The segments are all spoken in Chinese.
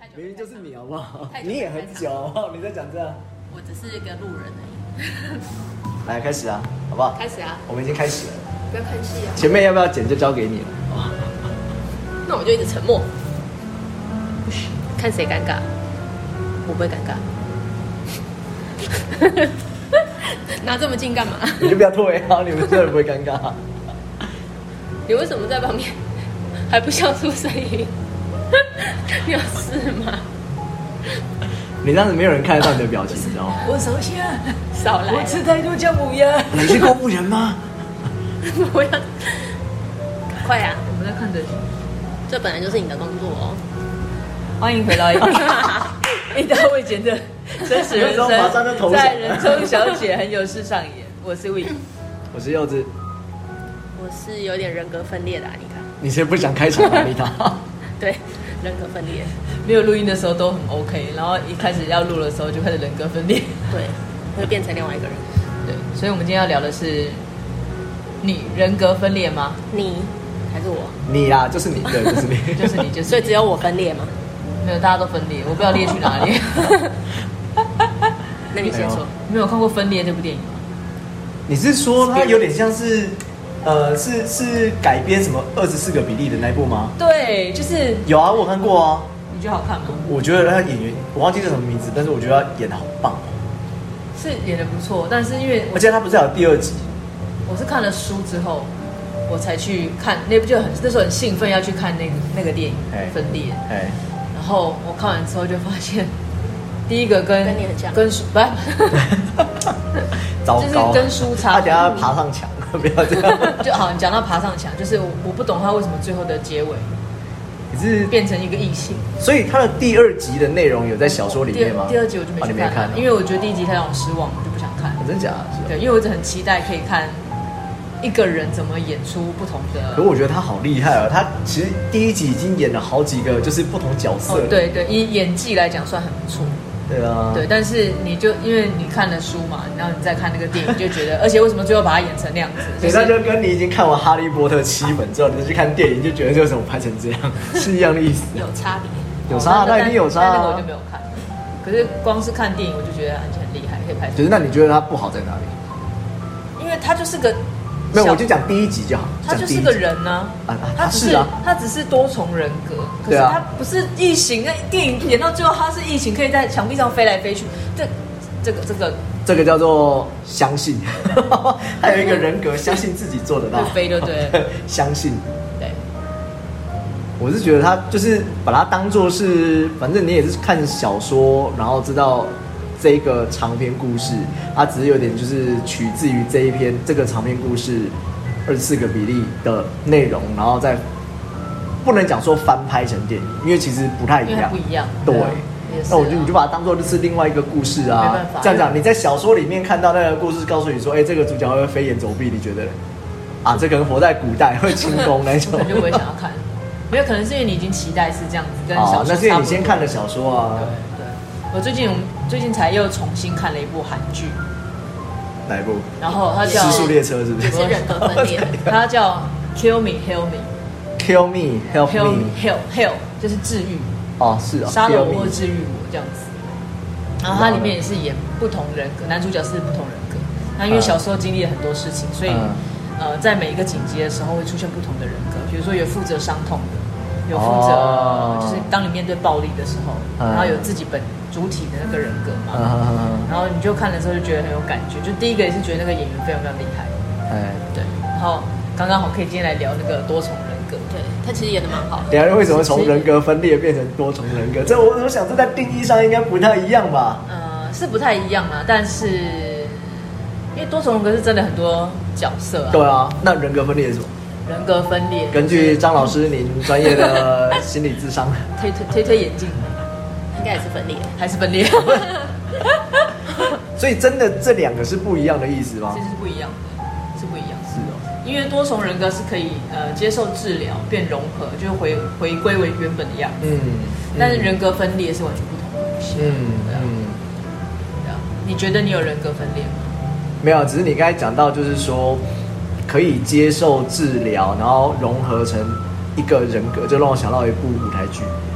明明就是你好不好？你也很久好不好？你在讲这样， 我只是一个路人而已。 来开始啊，好不好？ 开始啊， 我们已经开始了。 不要看戏啊。 前面要不要剪就交给你了。 那我就一直沉默，看谁尴尬。我不会尴尬。拿这么近干嘛？ 你就不要退啊！你们真的不会尴尬。 你为什么在旁边还不笑出声音？你有事吗？ 你这样子没有人看得到你的表情，你知道吗？ 我手下少来！ 我吃太多姜母鸭。 你是公务员吗？ 不要！快呀！ 我们在看着你。 这本来就是你的工作哦。 欢迎回到一刀未剪的真实人生， 马上就投降在人中小姐很有事上演。我是 Win， 我是柚子。 我是有点人格分裂的啊，你看。 你是不想开场吗？丽塔？ 对，人格分裂。 没有录音的时候都很 OK， 然后一开始要录的时候就开始人格分裂。 对，会变成另外一个人。 对，所以我们今天要聊的是你人格分裂吗？ 你还是我？ 你啦，就是你，对，就是你， 就是你，就是你。 所以只有我分裂吗？ 没有，大家都分裂，我不知道裂去哪里。 那你先说。 你没有看过《分裂》这部电影吗？ 你是说它有点像是，是改编什么24个比例的那一部吗？ 对，就是有啊，我有看过啊。 你觉得好看吗？ 我觉得他演员我忘记叫什么名字，但是我觉得他演得好棒哦。 是演得不错，但是因为而且他不是还有第2集？ 我是看了书之后，我才去看那部，那时候很兴奋要去看那个电影《分裂》。然后我看完之后就发现，第一个跟你很像， 跟书不是， 糟糕， 就是跟书差。 他等下爬上墙，不要这样。 就好，你讲到爬上墙，就是我不懂他为什么最后的结尾可是变成一个异性。 所以他的第2集的内容有在小说里面吗？ 第2集我就没去看，因为我觉得第1集太让我失望，我就不想看。 真假的？ 对，因为我一直很期待可以看一个人怎么演出不同的。 可我觉得他好厉害啊！他其实第1集已经演了好几个，就是不同角色。 对对，以演技来讲算很不错。 对啊。对， 但是你就因为你看了书嘛，然后你再看那个电影，就觉得，而且为什么最后把它演成那样子？ 对，那就跟你已经看完《哈利波特》7本之后，你就去看电影，就觉得这为什么拍成这样，是一样的意思。 有差别。 有差，那一定有差。 那个我就没有看。可是光是看电影，我就觉得很厉害，可以拍出。 可是那你觉得他不好在哪里？ 因为他就是个。 没有，我就讲第1集就好。 他就是个人呢，他只是多重人格，可是他不是异形。那电影演到最后，他是异形，可以在墙壁上飞来飞去。这个叫做相信。还有一个人格，相信自己做得到， 飞就对了。 相信。 对， 我是觉得他就是把它当作是，反正你也是看小说，然后知道这个长篇故事，它只是有点就是取自于这个长篇故事24个比例的内容，然后再不能讲说翻拍成电影，因为其实不太一样， 不一样。 对，那我觉得你就把它当做就是另外一个故事啊。 没办法， 这样讲，你在小说里面看到那个故事，告诉你说，这个主角会飞檐走壁，你觉得啊，这个人活在古代会轻功那种， 我就不会想要看。没有，可能是因为你已经期待是这样子，跟小说差不多。 那是因为你先看了小说啊。 对。我最近才又重新看了一部韩剧， 哪一部？ 然后它叫 《时速列车》，是不是？ 也是人格分裂。 它叫 Kill Me Help Me。Kill Me Help Me。Help 就是治愈。 哦，是啊。 杀了我或治愈我这样子。然后它里面也是演不同人格，男主角是不同人格。那因为小时候经历了很多事情，所以在每一个紧急的时候会出现不同的人格。比如说有负责伤痛的。有负责，就是当你面对暴力的时候，然后有自己主体的那个人格嘛，然后你就看的时候就觉得很有感觉。就第一个也是觉得那个演员非常非常厉害，对。然后刚刚好可以今天来聊那个多重人格， 对他其实演的蛮好的。 等下为什么从人格分裂变成多重人格？这我想这在定义上应该不太一样吧？ 是不太一样啊，但是因为多重人格是真的很多角色啊。 对啊，那人格分裂是什么？ 人格分裂， 根据张老师您专业的心理智商， 推眼镜， 应该也是分裂， 还是分裂？ 所以真的这2个是不一样的意思吗？ 其实是不一样的，是不一样。 是哦， 因为多重人格是可以接受治疗变融合，就回归为原本的样子。但是人格分裂是完全不同的东西。对啊。你觉得你有人格分裂吗？ 没有，只是你刚才讲到就是说。可以接受治疗，然后融合成一个人格，就让我想到一部舞台剧，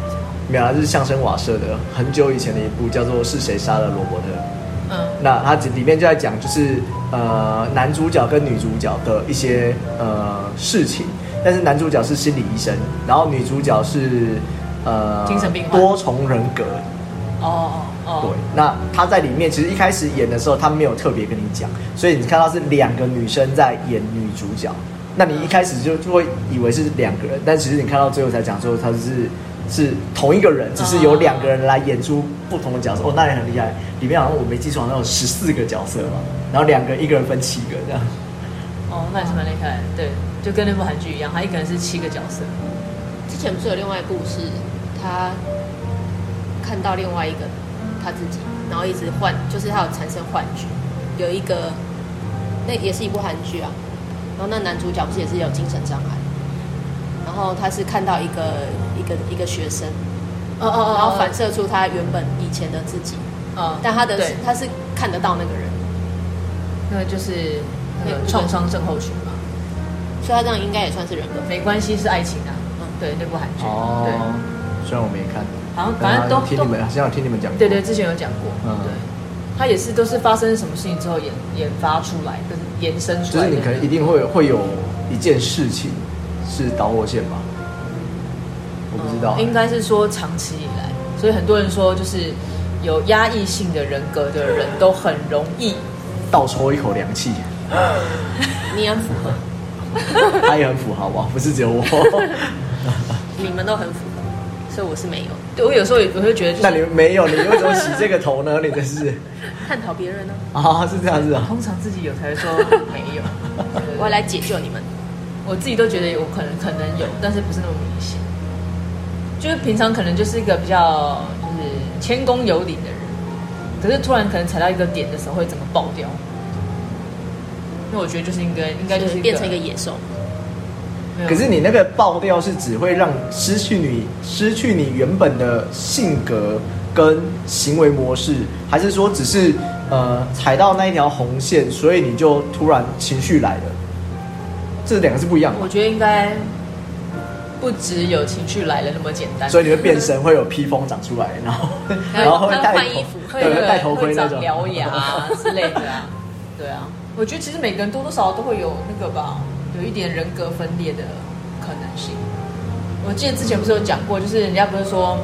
没有，它是相声瓦舍的很久以前的一部叫做《是谁杀了罗伯特》。那它里面就在讲就是男主角跟女主角的一些事情，但是男主角是心理医生，然后女主角是精神病患多重人格。对，那他在里面其实一开始演的时候，他没有特别跟你讲，所以你看到是2个女生在演女主角，那你一开始就会以为是2个人，但其实你看到最后才讲说他是同一个人，只是有2个人来演出不同的角色。那也很厉害，里面好像我没记错，好像有14个角色嘛，然后一个人分7个这样。 那也是蛮厉害的，对，就跟那部韩剧一样，他一个人是7个角色。 之前不是有另外一部是他看到另外一个他自己，然后一直就是他有产生幻觉。有一个那也是一部韩剧啊，然后那男主角不是也是有精神障碍，然后他是看到一个学生，然后反射出他原本以前的自己，但他是看得到那个人， 那个就是创伤症候群嘛， 所以他这样应该也算是人格。 没关系，是爱情啊，对，那部韩剧，对， 虽然我没看。 好像反正都听你们，好像有听你们讲过。 对，之前有讲过。对，它也是都是发生什么事情之后研发出来，跟延伸出来的。 就是你可能一定会有一件事情是导火线吧？我不知道。 应该是说长期以来，所以很多人说就是有压抑性的人格的人都很容易倒抽一口凉气。 你很符合， 他也很符合，好不好？不是只有我。 你们都很符合，所以我是没有。 对，我有时候也会觉得、 那你没有，你为什么洗这个头呢？你真是探讨别人呢？ 是这样子啊。 通常自己有才会说没有。 我要来解救你们。 我自己都觉得有可能有，但是不是那么明显。就是平常可能就是一个比较就是谦恭有礼的人，可是突然可能踩到一个点的时候会整个爆掉。因为我觉得就是应该就是变成一个野兽。 可是你那个爆掉是只会让失去你原本的性格跟行为模式，还是说只是踩到那一条红线，所以你就突然情绪来了？这2个是不一样的。 我觉得应该不只有情绪来了那么简单， 所以你会变身，会有披风长出来，然后会换衣服， 会戴头盔那种， 会长獠牙之类的啊。对啊，我觉得其实每个人多多少少都会有那个吧。有一点人格分裂的可能性。我记得之前不是有讲过，就是人家不是说，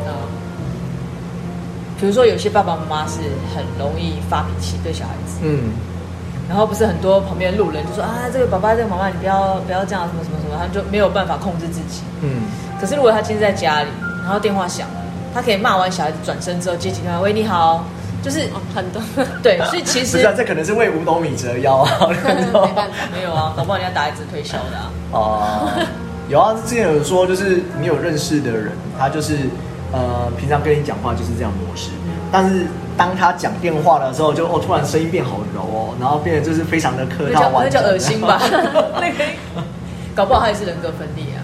比如说有些爸爸妈妈是很容易发脾气对小孩子，然后不是很多旁边的路人就说这个爸爸这个妈妈你不要这样什么什么什么，他就没有办法控制自己。可是如果他今天在家里，然后电话响了，他可以骂完小孩子转身之后接起电话，喂你好。就是很多对，所以其实不是这可能是为五斗米折腰啊。 没办法， 没有啊，搞不好人家打一直推销的啊。 有啊，之前有说就是你有认识的人，他就是平常跟你讲话就是这样模式，但是当他讲电话的时候就突然声音变好柔哦，然后变得就是非常的客套婉转， 那叫恶心吧。搞不好他也是人格分裂啊。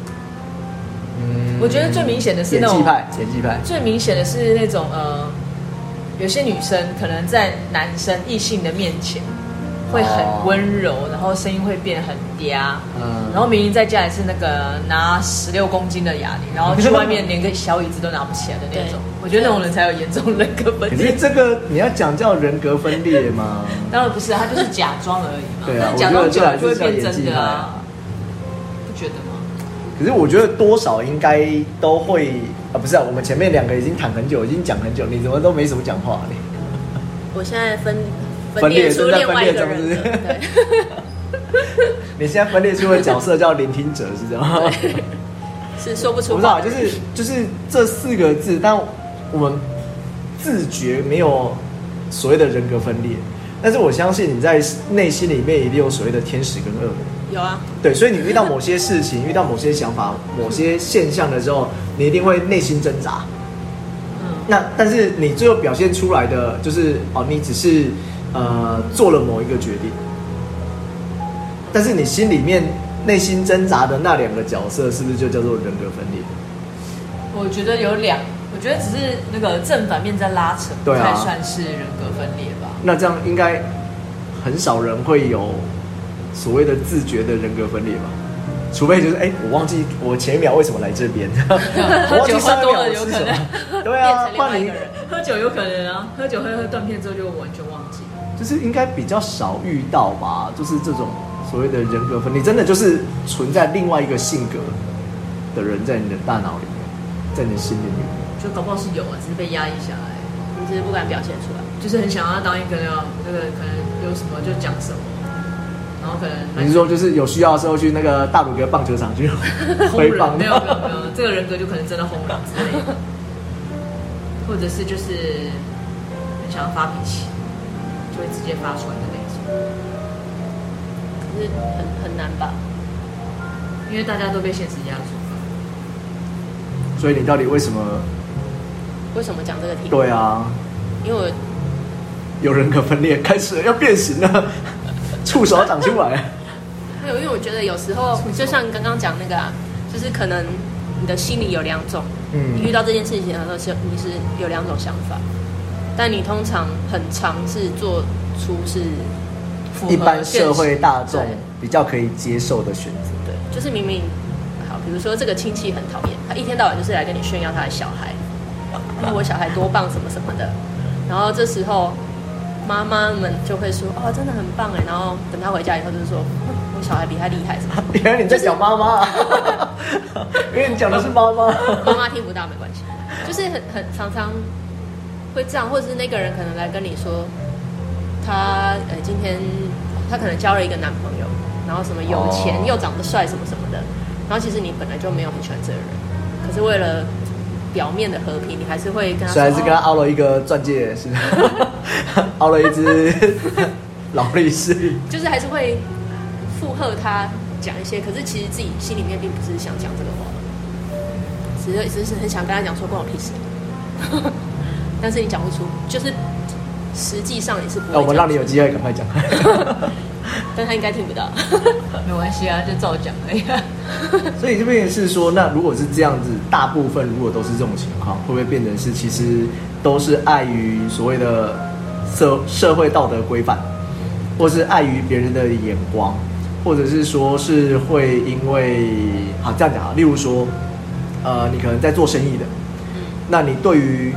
我觉得最明显的是那种演技派， 最明显的是那种有些女生可能在男生异性的面前会很温柔，然后声音会变很嗲，然后明明在家里是那个拿16公斤的哑铃，然后去外面连个小椅子都拿不起来的那种。我觉得那种人才有严重人格分裂。 可是这个你要讲叫人格分裂吗？ 当然不是，他就是假装而已嘛。 对啊， 但是假装久了就会变真的啊，不觉得吗？ 可是我觉得多少应该都会。不是啊，我们前面2个已经谈很久，已经讲很久，你怎么都没什么讲话呢？ 我现在分裂出另外一个人，对。 你现在分裂出的角色叫聆听者，是这样吗？ 是说不出话。 我不知道，就是这4个字，但我们自觉没有所谓的人格分裂，但是我相信你在内心里面一定有所谓的天使跟恶魔。 有啊， 对，所以你遇到某些事情、遇到某些想法、某些现象的时候，你一定会内心挣扎。但是你最后表现出来的就是你只是做了某一个决定，但是你心里面内心挣扎的那2个角色，是不是就叫做人格分裂？ 我觉得有我觉得只是那个正反面在拉扯，不太算是人格分裂吧。 那这样应该很少人会有所谓的自觉的人格分裂吧？ 除非就是我忘记我前一秒为什么来这边， 喝酒喝多了有可能， 对啊， 变成另外一个人。 喝酒有可能啊，喝酒喝断片之后就完全忘记。 就是应该比较少遇到吧，就是这种所谓的人格分裂，真的就是存在另外一个性格的人在你的大脑里面，在你的心里面。 就搞不好是有啊，只是被压抑下来， 你只是不敢表现出来， 就是很想要当一个那个可能有什么就讲什么，然后可能你是说就是有需要的时候去那个大鲁阁棒球场去挥棒？ 没有，这个人格就可能真的轰人之类的，或者是就是很想要发脾气。就会直接发出来的那种， 可是很难吧？ 因为大家都被现实压住。 所以你到底为什么讲这个题？ 对啊， 因为我有人格分裂，开始要变形了，触手长出来。 没有，因为我觉得有时候就像刚刚讲那个就是可能你的心里有两种，你遇到这件事情的时候，你是有两种想法。但你通常很常是做出是一般社会大众比较可以接受的选择。 对，就是明明好，比如说这个亲戚很讨厌他，一天到晚就是来跟你炫耀他的小孩，我小孩多棒什么什么的，然后这时候妈妈们就会说哦，真的很棒哎，然后等他回家以后就是说我小孩比他厉害什么。 原来你在讲妈妈，因为你讲的是妈妈， 妈妈听不到没关系，就是很常常。会这样，或者是那个人可能来跟你说，他今天他可能交了一个男朋友，然后什么有钱又长得帅什么什么的，然后其实你本来就没有很喜欢这个人，可是为了表面的和平，你还是会跟他说， 所以还是跟他凹了一个钻戒，是凹了一只劳力士， 就是还是会附和他讲一些，可是其实自己心里面并不是想讲这个话，只是很想跟他讲说关我屁事。但是你讲不出，就是实际上你是不会。 那我们让你有机会赶快讲， 但他应该听不到。 没关系啊，就照讲而已。 所以这边是说，那如果是这样子，大部分如果都是这种情况，会不会变成是其实都是碍于所谓的社会道德规范，或是碍于别人的眼光，或者是说是会因为好这样讲啊，例如说，你可能在做生意的，那你对于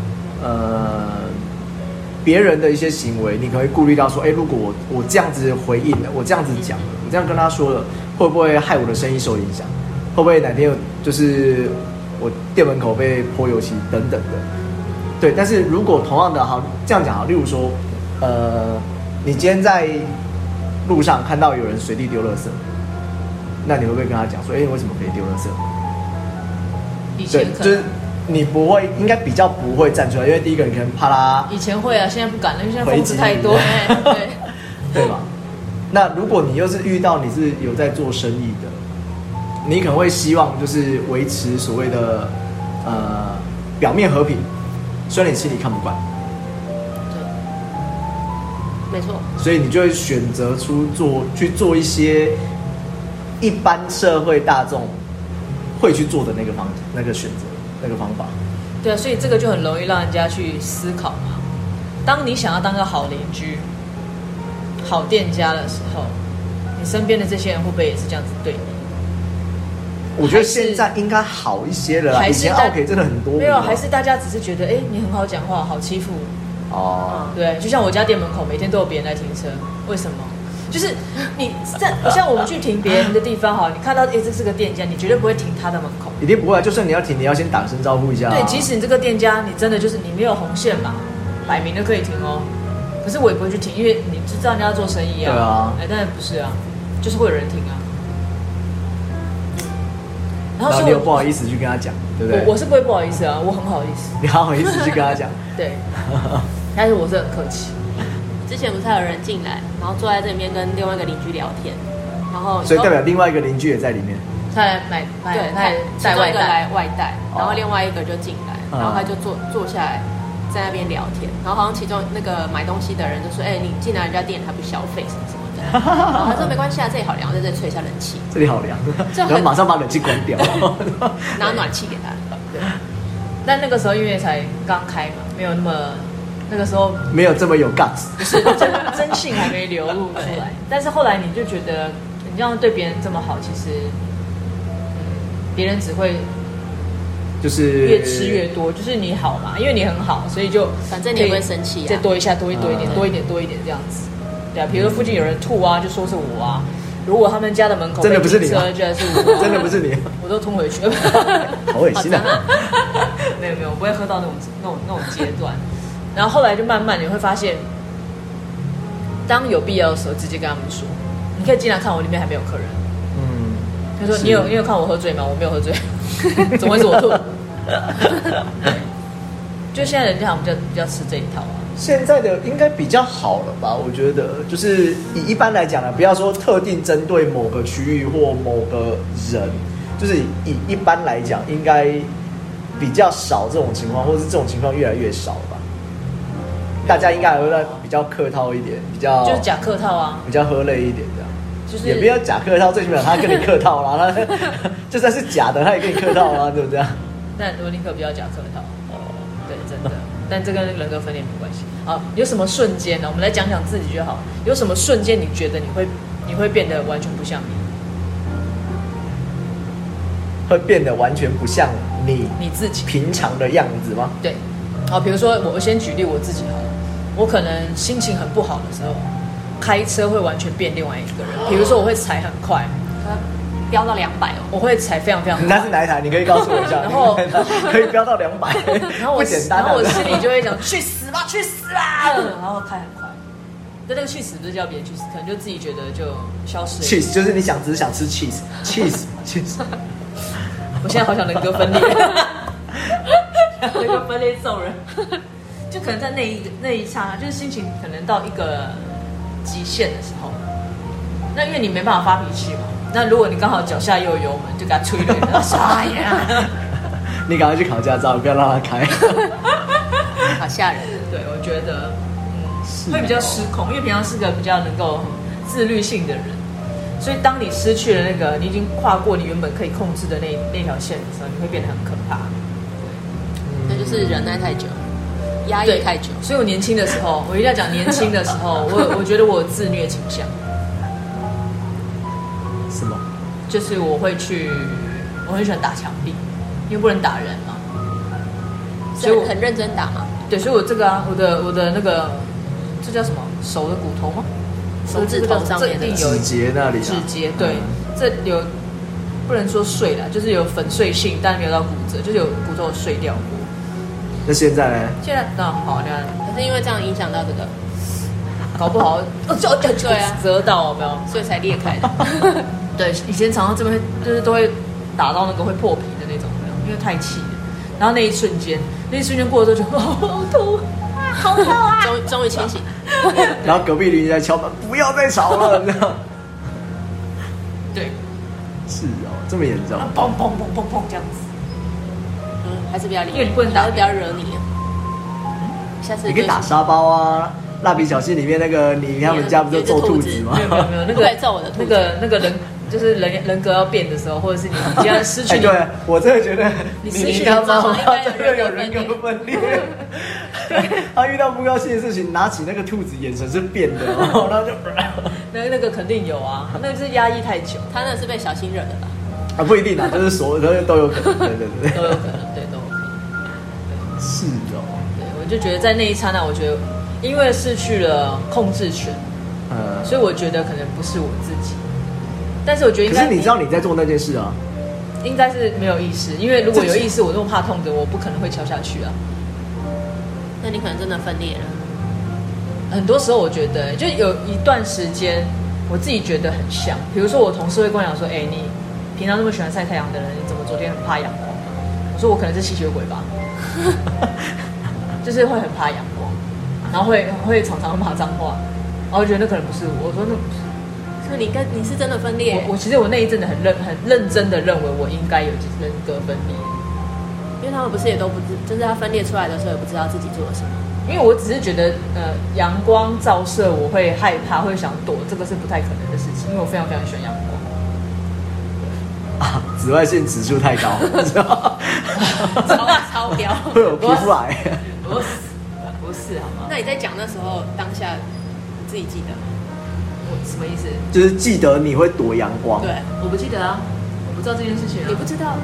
别人的一些行为，你可能会顾虑到说，如果我这样子回应了，我这样子讲了，我这样跟他说了，会不会害我的生意受影响？会不会哪天就是我店门口被泼油漆等等的？对，但是如果同样的好这样讲好，例如说，你今天在路上看到有人随地丢垃圾，那你会不会跟他讲说，为什么可以丢垃圾？ 以前可能就是你不会，应该比较不会站出来，因为第一个你可能怕他。 以前会啊，现在不敢了，因为现在疯子太多。 对， 对吧？那如果你又是遇到你是有在做生意的，你可能会希望就是维持所谓的表面和平，虽然你心里看不惯。 对，没错。所以你就会选择去做一些一般社会大众会去做的那个选择。那个方法， 对啊，所以这个就很容易让人家去思考嘛。当你想要当个好邻居、好店家的时候，你身边的这些人会不会也是这样子对你？ 我觉得现在应该好一些了啦，以前 OK 真的很多。 没有，还是大家只是觉得，你很好讲话，好欺负。哦，对，就像我家店门口每天都有别人来停车，为什么？就是你像我们去停别人的地方哈，你看到这是个店家，你绝对不会停他的门口， 一定不会。就算你要停，你要先打声招呼一下。 对，即使你这个店家，你真的就是你没有红线嘛，摆明了可以停哦。可是我也不会去停，因为你知道人家要做生意啊。 对啊。 但是不是啊，就是会有人停啊。 然后你又不好意思去跟他讲，对不对？ 我是不会不好意思啊，我很好意思。 你好意思去跟他讲？ 对。但是我是很客气。 之前不是还有人进来，然后坐在这边跟另外一个邻居聊天，然后所以代表另外一个邻居也在里面。 他来买，对，他带外带， 来外带，然后另外一个就进来，然后他就坐下来在那边聊天，然后好像其中那个买东西的人就说：“你进来人家店还不消费什么什么的。”然后他说：“没关系啊，这里好凉，在这里吹一下冷气。” 这里好凉，然后马上把冷气关掉， 拿暖气给他。 对，但那个时候因为才刚开嘛，没有那么。那个时候没有这么有 guts， 不是真性还没流露出来。但是后来你就觉得， 你这样对别人这么好，其实，别人只会就是越吃越多，就是你好嘛，因为你很好，所以就反正你也会生气啊， 再多一下，多一点，多一点这样子。对啊，比如说附近有人吐啊，就说是我啊。如果他们家的门口真的不是你， 就是我， 真的不是你， 我都吞回去。 好恶心啊！ 没有，我不会喝到那种阶段。然后后来就慢慢你会发现，当有必要的时候，直接跟他们说，你可以进来看我，里面还没有客人。他说你有看我喝醉吗？我没有喝醉，怎么会是我吐？就现在人家好像比较吃这一套啊。 现在的应该比较好了吧？我觉得就是以一般来讲呢，不要说特定针对某个区域或某个人，就是以一般来讲，应该比较少这种情况，或是这种情况越来越少吧。大家应该还会比较客套一点，比较就是假客套啊， 比较喝泪一点这样。 就是也不要假客套，最起码他跟你客套啦，他就算是假的，他也跟你客套啦，对不对？ 但我宁可不要假客套。对，真的。但这跟人格分裂没关系啊。有什么瞬间呢？我们来讲讲自己就好。有什么瞬间你觉得你会变得完全不像你？ 会变得完全不像你自己平常的样子吗？ 对。好，比如说我先举例我自己好了。我可能心情很不好的时候，开车会完全变另外一个人。比如说我会踩很快， 飙到200哦， 我会踩非常非常快。 那是哪一台？你可以告诉我一下。 然后可以飙到200， 然后不简单。 然后我心里就会讲去死吧，去死啦！然后开很快。但那个去死不是叫别人去死，可能就自己觉得就消失了。 cheese 就是你只是想吃 cheese。 我现在好想人格分裂，人格分裂揍人。就可能在那一刹那，就是心情可能到一个极限的时候，那因为你没办法发脾气嘛。那如果你刚好脚下又有油门，就给他吹了，然后傻呀！ 你赶快去考驾照，不要让他开。 好吓人。 对，我觉得会比较失控，因为平常是个比较能够自律性的人，所以当你失去了那个你已经跨过你原本可以控制的那条线的时候，你会变得很可怕。 那就是忍耐太久，压抑太久。 所以我年轻的时候，我一定要讲年轻的时候，我觉得我有自虐倾向。 什么？ 就是我很喜欢打墙壁，因为不能打人嘛， 所以我很认真打嘛。 对，所以我这个我的那个这叫什么？手的骨头吗？ 手指头上面的指节那里。 指节对，这有不能说碎啦，就是有粉碎性，但没有到骨折，就是有骨头碎掉过。 那现在呢？ 现在那好，那可是因为这样影响到这个， 搞不好对啊，折到有没有？ 所以才裂开的。 对，以前常常这边就是都会打到那个会破皮的那种，因为太气了。然后那一瞬间过了之后就好痛，好痛啊！ 终于清醒。 然后隔壁邻居在敲门，不要再吵了，这样。 对， 是哦，这么严重。 砰砰砰砰砰这样子。 还是不要理， 因为你不能打， 不要惹你。下次你可以打沙包啊。蜡笔小新里面那个他们家不就揍兔子吗？ 没有那个揍我的兔子。那个人就是人格要变的时候，或者是你既然失去， 对我真的觉得你失去他妈妈真的有人格分裂。他遇到不高兴的事情，拿起那个兔子，眼神是变的，然后就那个肯定有啊，那个是压抑太久， 他那是被小新惹的吧？ 啊，不一定啊，就是所有都有可能，对， 都有可能，对，都有可能。 是哦， 对，我就觉得在那一刹那，我觉得因为失去了控制权，所以我觉得可能不是我自己，但是我觉得应该， 可是你知道你在做那件事啊， 应该是没有意识，因为如果有意识，我那么怕痛的，我不可能会敲下去啊。 那你可能真的分裂了。 很多时候我觉得，就有一段时间，我自己觉得很像，比如说我同事会跟我讲说，你平常那么喜欢晒太阳的人，你怎么昨天很怕阳光？我说我可能是吸血鬼吧，就是会很怕阳光，然后会常常骂脏话，然后我觉得那可能不是我，我说那不是。 所以你是真的分裂。 我其实我那一阵子很认真的认为我应该有人格分裂， 因为他们不是也都不知，就是他分裂出来的时候也不知道自己做了什么。 因为我只是觉得阳光照射我会害怕，会想躲，这个是不太可能的事情，因为我非常非常喜欢阳光。 紫外线指数太高， 超标， 会有皮肤癌。 不是好吗？ 那你在讲那时候当下，你自己记得？ 什么意思？ 就是记得你会躲阳光。 对， 我不记得啊，我不知道这件事情啊。 你不知道？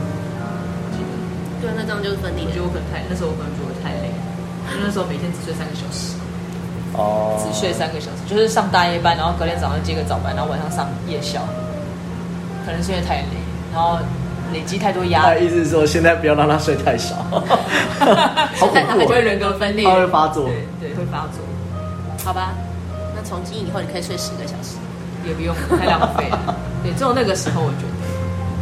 对啊，那这样就是分离。 我觉得我可能那时候我可能觉得我太累，因为那时候每天只睡3个小时。 哦， 只睡3个小时，就是上大夜班，然后隔天早上接个早班，然后晚上上夜校。可能是因为太累，然后累积太多压力。 他的意思是说，现在不要让他睡太少，好恐怖， 他就会人格分裂， 他会发作。 对，会发作。 好吧，那从今以后你可以睡10个小时， 也不用太浪费了。对，只有那个时候我觉得。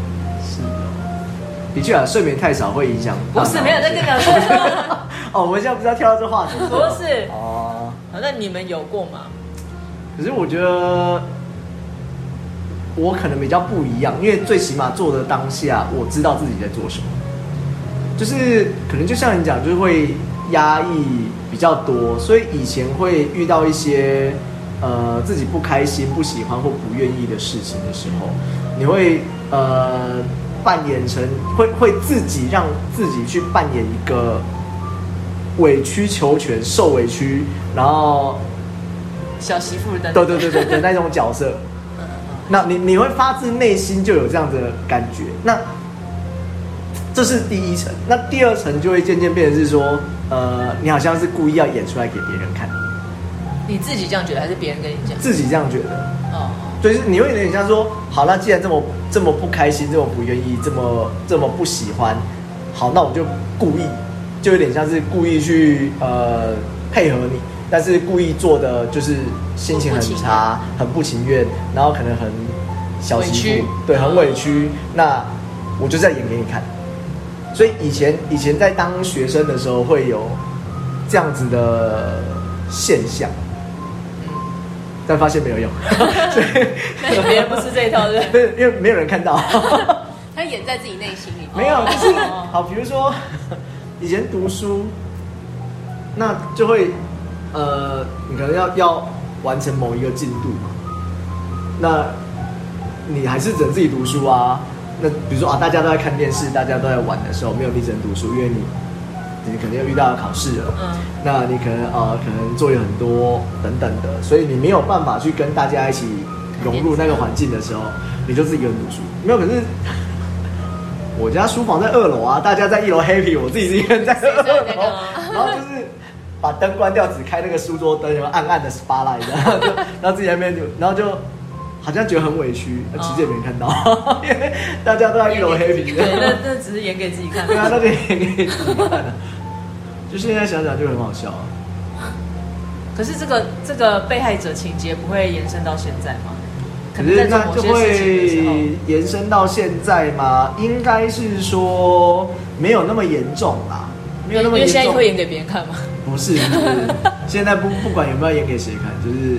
的确啊，睡眠太少会影响。 不是，没有在跟你讲说。 哦，我们现在不是要跳到这话题。 不是。哦。那你们有过吗？ 可是我觉得我可能比较不一样，因为最起码做的当下，我知道自己在做什么。就是可能就像你讲，就是会压抑比较多，所以以前会遇到一些自己不开心、不喜欢或不愿意的事情的时候，你会扮演成会自己让自己去扮演一个委曲求全、受委屈，然后小媳妇的对的那种角色。那你会发自内心就有这样的感觉。那这是第一层。那第二层就会渐渐变成是说，你好像是故意要演出来给别人看。 你自己这样觉得，还是别人跟你讲？ 自己这样觉得。 哦。 就是你会有点像说，好，那既然这么不开心，这么不愿意，这么不喜欢，好，那我就故意，就有点像是故意去配合你，但是故意做的就是心情很差，很不情愿，然后可能很小媳妇，对，很委屈。那我就在演给你看。所以以前在当学生的时候会有这样子的现象。但发现没有用，所以别人不吃这一套，对不对？因为没有人看到， 他演在自己内心里。 没有，就是好，比如说以前读书，那就会你可能要完成某一个进度嘛，那你还是只能自己读书啊。那比如说大家都在看电视，大家都在玩的时候，没有你只能读书，因为你可能要遇到考试了，那你可能作业很多等等的，所以你没有办法去跟大家一起融入那个环境的时候，你就自己一个人读书。没有，可是我家书房在2楼啊，大家在1楼 happy， 我自己一个人在2楼，然后就是把灯关掉，只开那个书桌灯，然后暗暗的 spotlight， 然后自己在那边，然后就好像觉得很委屈，其实也没人看到，因为大家都在1楼 happy。 对，那只是演给自己看。 对啊，那就演给自己看。就现在想想就很好笑啊。 可是这个被害者情节不会延伸到现在吗？ 可是那就会延伸到现在吗？应该是说没有那么严重啦，没有那么严重。 因为现在会演给别人看吗？ 不是，现在不管有没有演给谁看，就是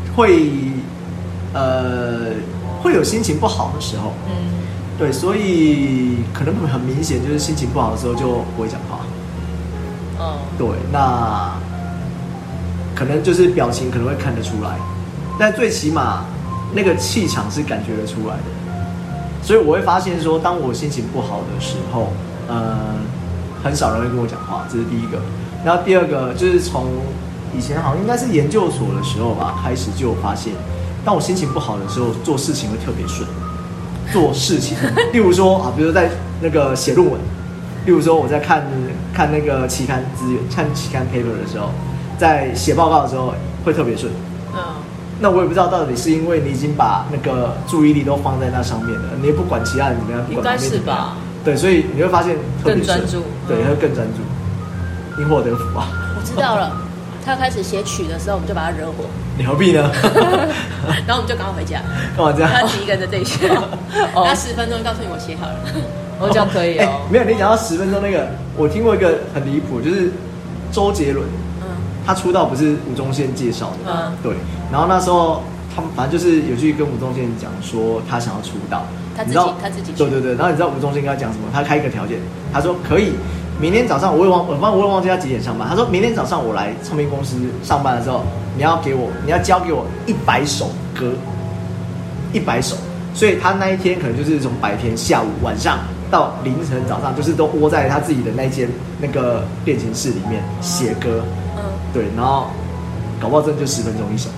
会有心情不好的时候。对，所以可能很明显，就是心情不好的时候就不会讲话。对，那可能就是表情可能会看得出来，但最起码那个气场是感觉得出来的。所以我会发现说，当我心情不好的时候，很少人会跟我讲话，这是第一个。然后第二个就是从以前好像应该是研究所的时候吧，开始就有发现，当我心情不好的时候，做事情会特别顺。做事情，例如说比如说在那个写论文。例如说我在看那个期刊资源、看期刊 paper 的时候，在写报告的时候会特别顺。那我也不知道到底是因为你已经把那个注意力都放在那上面了，你也不管其他人怎么样，不管旁边怎么样。应该是吧？对，所以你会发现特别顺， 更专注， 对，会更专注，因祸得福啊。 我知道了，他开始写曲的时候，我们就把他惹火。 你何必呢？ 然后我们就赶快回家。 干嘛这样？ 他自己一个人在这里写，他10分钟告诉你我写好了。 这样可以哦。 没有，你讲到10分钟那个，我听过一个很离谱，就是周杰伦，他出道不是吴宗宪介绍的，对。然后那时候他们反正就是有去跟吴宗宪讲说他想要出道， 他自己对。然后你知道吴宗宪跟他讲什么？他开一个条件，他说可以，明天早上我也忘记他几点上班。他说明天早上我来唱片公司上班的时候，你要交给我100首歌，100首。所以他那一天可能就是从白天、下午、晚上到凌晨、早上，就是都窝在他自己的那间那个练琴室里面写歌。对，然后搞不好真的就10分钟1首。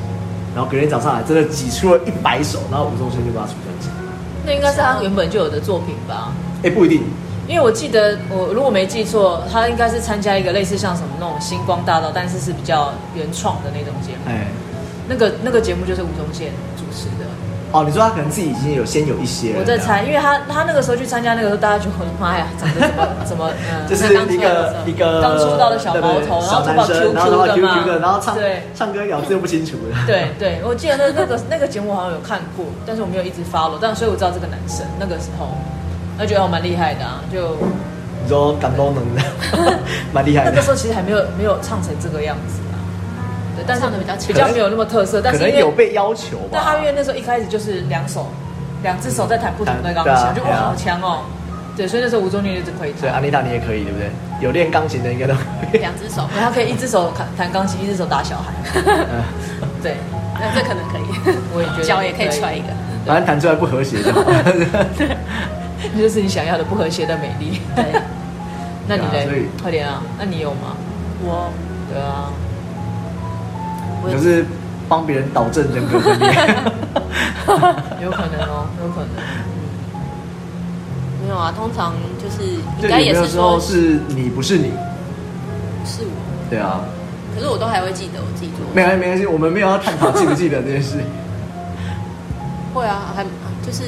然后隔天早上来真的挤出了100首，然后吴宗宪就帮他出专辑。 那应该是他原本就有的作品吧？ 不一定， 因为我记得我如果没记错，他应该是参加一个类似像什么那种星光大道，但是是比较原创的那种节目。那个节目就是吴宗宪主持的。 哦，你说他可能自己已经先有一些了。 我在猜，因为他那个时候去参加那个时候，大家就很妈呀，长得怎么就是一个刚出道的小毛头，然后头发 QQ 的嘛， 然后唱歌咬字又不清楚的。 对，我记得那个节目好像有看过，但是我没有一直 follow，所以我知道这个男生那个时候，我觉得蛮厉害的啊，就你说感动能的，蛮厉害的。 那个时候其实还没有唱成这个样子。但是唱的比较没有那么特色，但是可能有被要求吧。 但他因为那时候一开始就是两只手在弹不同的钢琴，就哇好强哦。对，所以那时候吴宗宪一直可以弹。 对，安妮塔你也可以，对不对？有练钢琴的应该都可以。 2只手， 他可以1只手弹钢琴，1只手打小孩。对， 那这可能可以。 我也觉得脚也可以踹一个， 反正弹出来不和谐就好。 这就是你想要的不和谐的美丽。对，那你嘞？快点啊！那你有吗？ 我， 对啊。 就是帮别人导正人格分裂， 有可能哦，有可能。 没有啊，通常就是应该也是说是你不是你， 是我。 对啊。 可是我都还会记得我自己做。 没关系，我们没有要探讨记不记得这件事。 会啊，还就是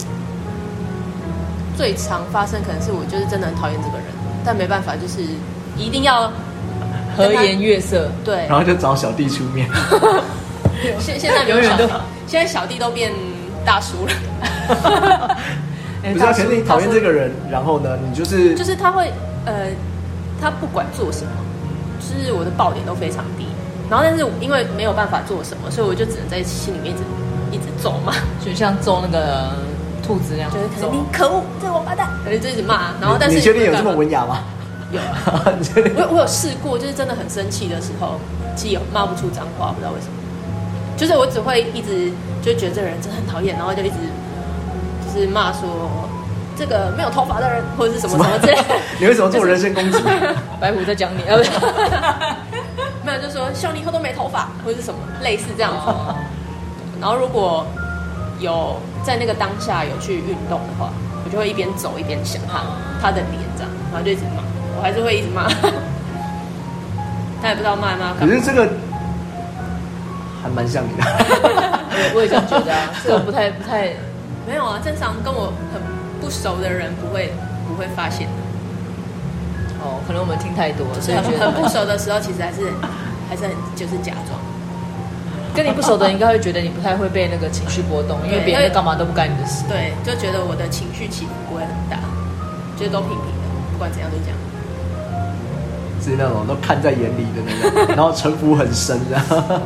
最常发生可能是我就是真的很讨厌这个人，但没办法，就是一定要。 和颜悦色， 对， 然后就找小弟出面。 现在永远都，现在小弟都变大叔了。 不是，可是你讨厌这个人，然后呢，你就是他会他不管做什么，就是我的爆点都非常低。然后，但是因为没有办法做什么，所以我就只能在心里面一直咒骂， 就像咒那个兔子那样， 就是可能你可恶，这个王八蛋，就一直骂。然后，但是你确定有这么文雅吗？ 有啊，我有试过，就是真的很生气的时候，其实也骂不出脏话，不知道为什么。就是我只会一直就觉得这个人真的很讨厌，然后就一直就是骂说这个没有头发的人，或者是什么之类的。 你为什么做人身攻击？ 白虎在讲你， 没有，就说希望你以后都没头发，或者是什么类似这样子。然后如果有在那个当下有去运动的话，我就会一边走一边想他的脸这样，然后就一直骂。我还是会一直骂，他也不知道骂干嘛。 可是这个还蛮像你的。 我也这样觉得啊，这个不太没有啊，正常跟我很不熟的人不会发现的。 哦，可能我们听太多了，所以很不熟的时候，其实还是很就是假装。 跟你不熟的人应该会觉得你不太会被那个情绪波动，因为别人干嘛都不干你的事。 对，就觉得我的情绪起伏不会很大，就是都平平的，不管怎样都这样。 是那种都看在眼里的那种，然后城府很深的。什么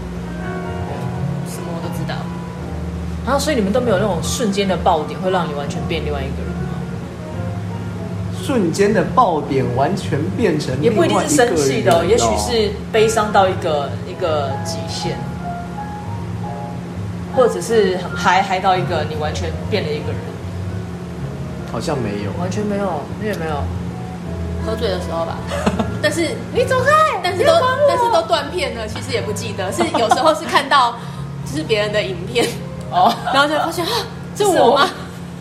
我都知道。 然后所以你们都没有那种瞬间的爆点，会让你完全变另外一个人吗？ 瞬间的爆点完全变成也不一定是生气的，也许是悲伤到一个极限，或者是很嗨到一个你完全变了一个人。 好像没有， 完全没有，你也没有。 喝醉的时候吧，但是你走开，但是都断片了，其实也不记得，是有时候是看到就是别人的影片哦，然后就发现啊，这我吗？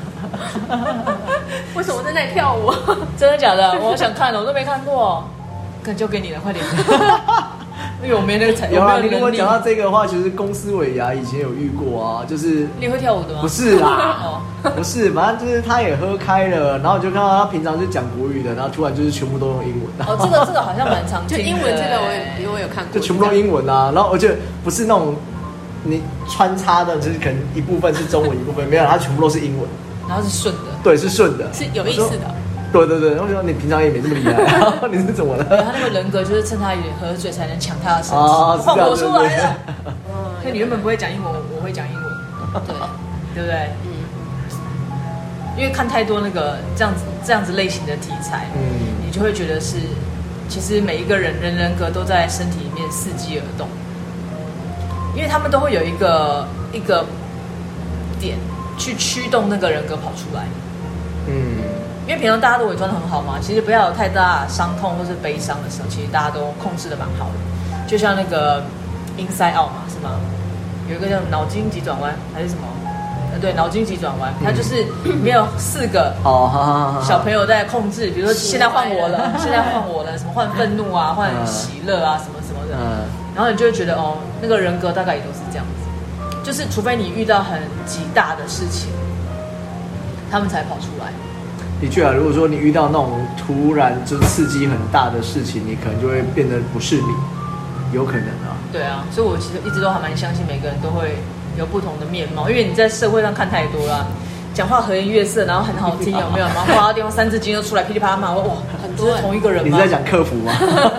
为什么在那里跳舞？ 真的假的？我好想看了，我都没看过，可交给你了，快点。因为我没那个才有啊，你如果讲到这个的话，其实公司尾牙以前有遇过啊，就是你会跳舞的吗？ 不是啦，不是，反正就是他也喝开了，然后我就看到他平常是讲国语的，然后突然就是全部都用英文。 哦，这个好像蛮常见的。 就英文这个我有看过， 就全部都英文啊，然后而且不是那种你穿插的，就是可能一部分是中文，一部分没有，它全部都是英文， 然后是顺的， 对，是顺的， 是有意思的。 对，然后说你平常也没这么厉害，然后你是怎么了？ 他那个人格就是趁他有点喝醉才能抢他的身体，换我出来了。所以你原本不会讲英文，我会讲英文，对不对？因为看太多那个这样子类型的题材，你就会觉得是，其实每一个人格都在身体里面伺机而动，因为他们都会有一个点去驱动那个人格跑出来，因为平常大家都伪装得很好嘛，其实不要有太大伤痛或是悲伤的时候，其实大家都控制得蛮好的。就像那个 Inside Out 嘛，是吗？ 有一个叫脑筋急转弯还是什么？对，脑筋急转弯，它就是里面有4个小朋友在控制，比如说现在换我了，现在换我了，什么换愤怒啊，换喜乐啊，什么什么的，然后你就会觉得哦，那个人格大概也都是这样子，就是除非你遇到很极大的事情，他们才跑出来。 的确啊，如果说你遇到那种突然就刺激很大的事情，你可能就会变得不是你，有可能啊。 对啊，所以我其实一直都还蛮相信每个人都会有不同的面貌，因为你在社会上看太多了，讲话和颜悦色，然后很好听，有没有？然后挂到电话3字经就出来噼里啪啦骂，哇，很多是同一个人吗？ 你是在讲客服吗？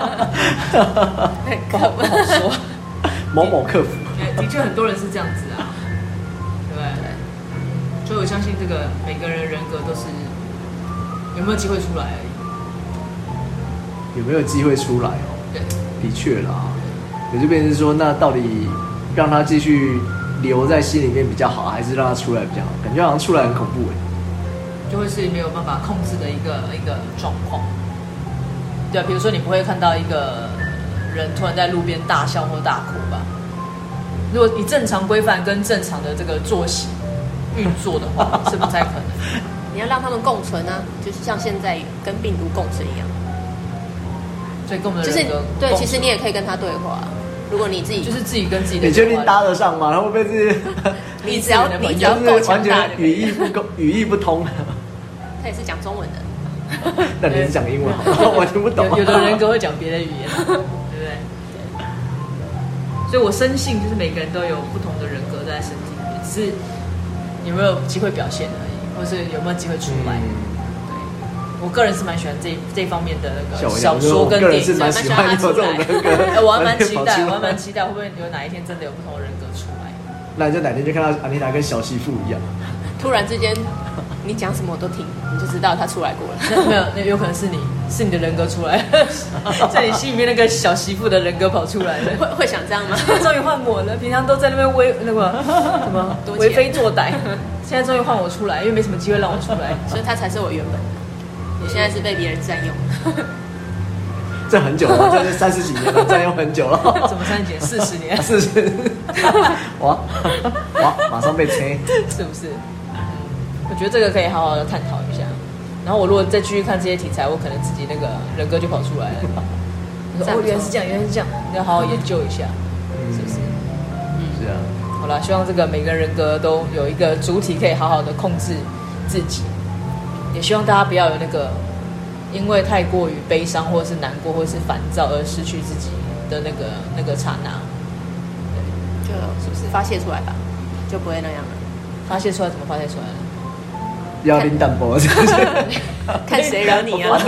不好说， 某某客服， 的确很多人是这样子啊，对不对？所以我相信这个每个人人格都是有没有机会出来而已。有没有机会出来哦？ 对， 的确啦，也就变成是说，那到底让他继续留在心里面比较好，还是让他出来比较好？感觉好像出来很恐怖哎。 就会是没有办法控制的一个状况。对啊，比如说你不会看到一个人突然在路边大笑或大哭吧？如果你正常规范跟正常的这个作息运作的话，是不太可能。 你要让他们共存啊，就是像现在跟病毒共存一样。 所以跟我们的人格对，其实你也可以跟他对话。如果你自己就是自己跟自己的， 你确定搭得上吗？他会不会是？ 你只要够强大， 完全语义不通。 他也是讲中文的， 那你是讲英文好吗？我听不懂。 有的人格会讲别的语言，对不对？所以我深信，就是每个人都有不同的人格在身体里面，只是有没有机会表现而已，或是有没有机会出来。我个人是蛮喜欢这方面的那个小说跟电影， 是蛮喜欢有这种人格。 我还蛮期待，会不会有哪一天真的有不同的人格出来？ 那你就哪天就看到安妮塔跟小媳妇一样， 突然之间你讲什么我都听，你就知道他出来过了。 没有，那有可能是你的人格出来，在你心里面那个小媳妇的人格跑出来了。 会想这样吗？ 终于换我了，平常都在那边什么为非作歹，现在终于换我出来，因为没什么机会让我出来， 所以他才是我原本。我现在是被别人占用， 这很久了，这是30几年了，占用很久了。 怎么30几年？40年 ？40，哇，马上被催， 是不是？我觉得这个可以好好的探讨一下。然后我如果再继续看这些题材，我可能自己那个人格就跑出来了。哦，原来是这样，你要好好研究一下，是不是？ 是啊。 好啦，希望这个每个人格都有一个主体可以好好的控制自己。也希望大家不要有那个因为太过于悲伤或者是难过或者是烦躁而失去自己的那个刹那， 对，就是不是发泄出来吧，就不会那样了。 发泄出来怎么发泄出来了？ 要拎淡薄， 看谁惹你啊？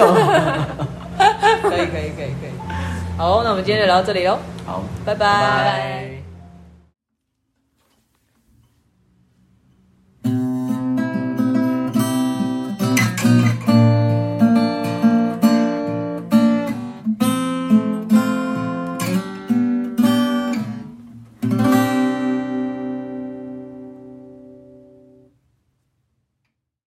可以。好，那我们今天就聊到这里喽。 好， 拜拜。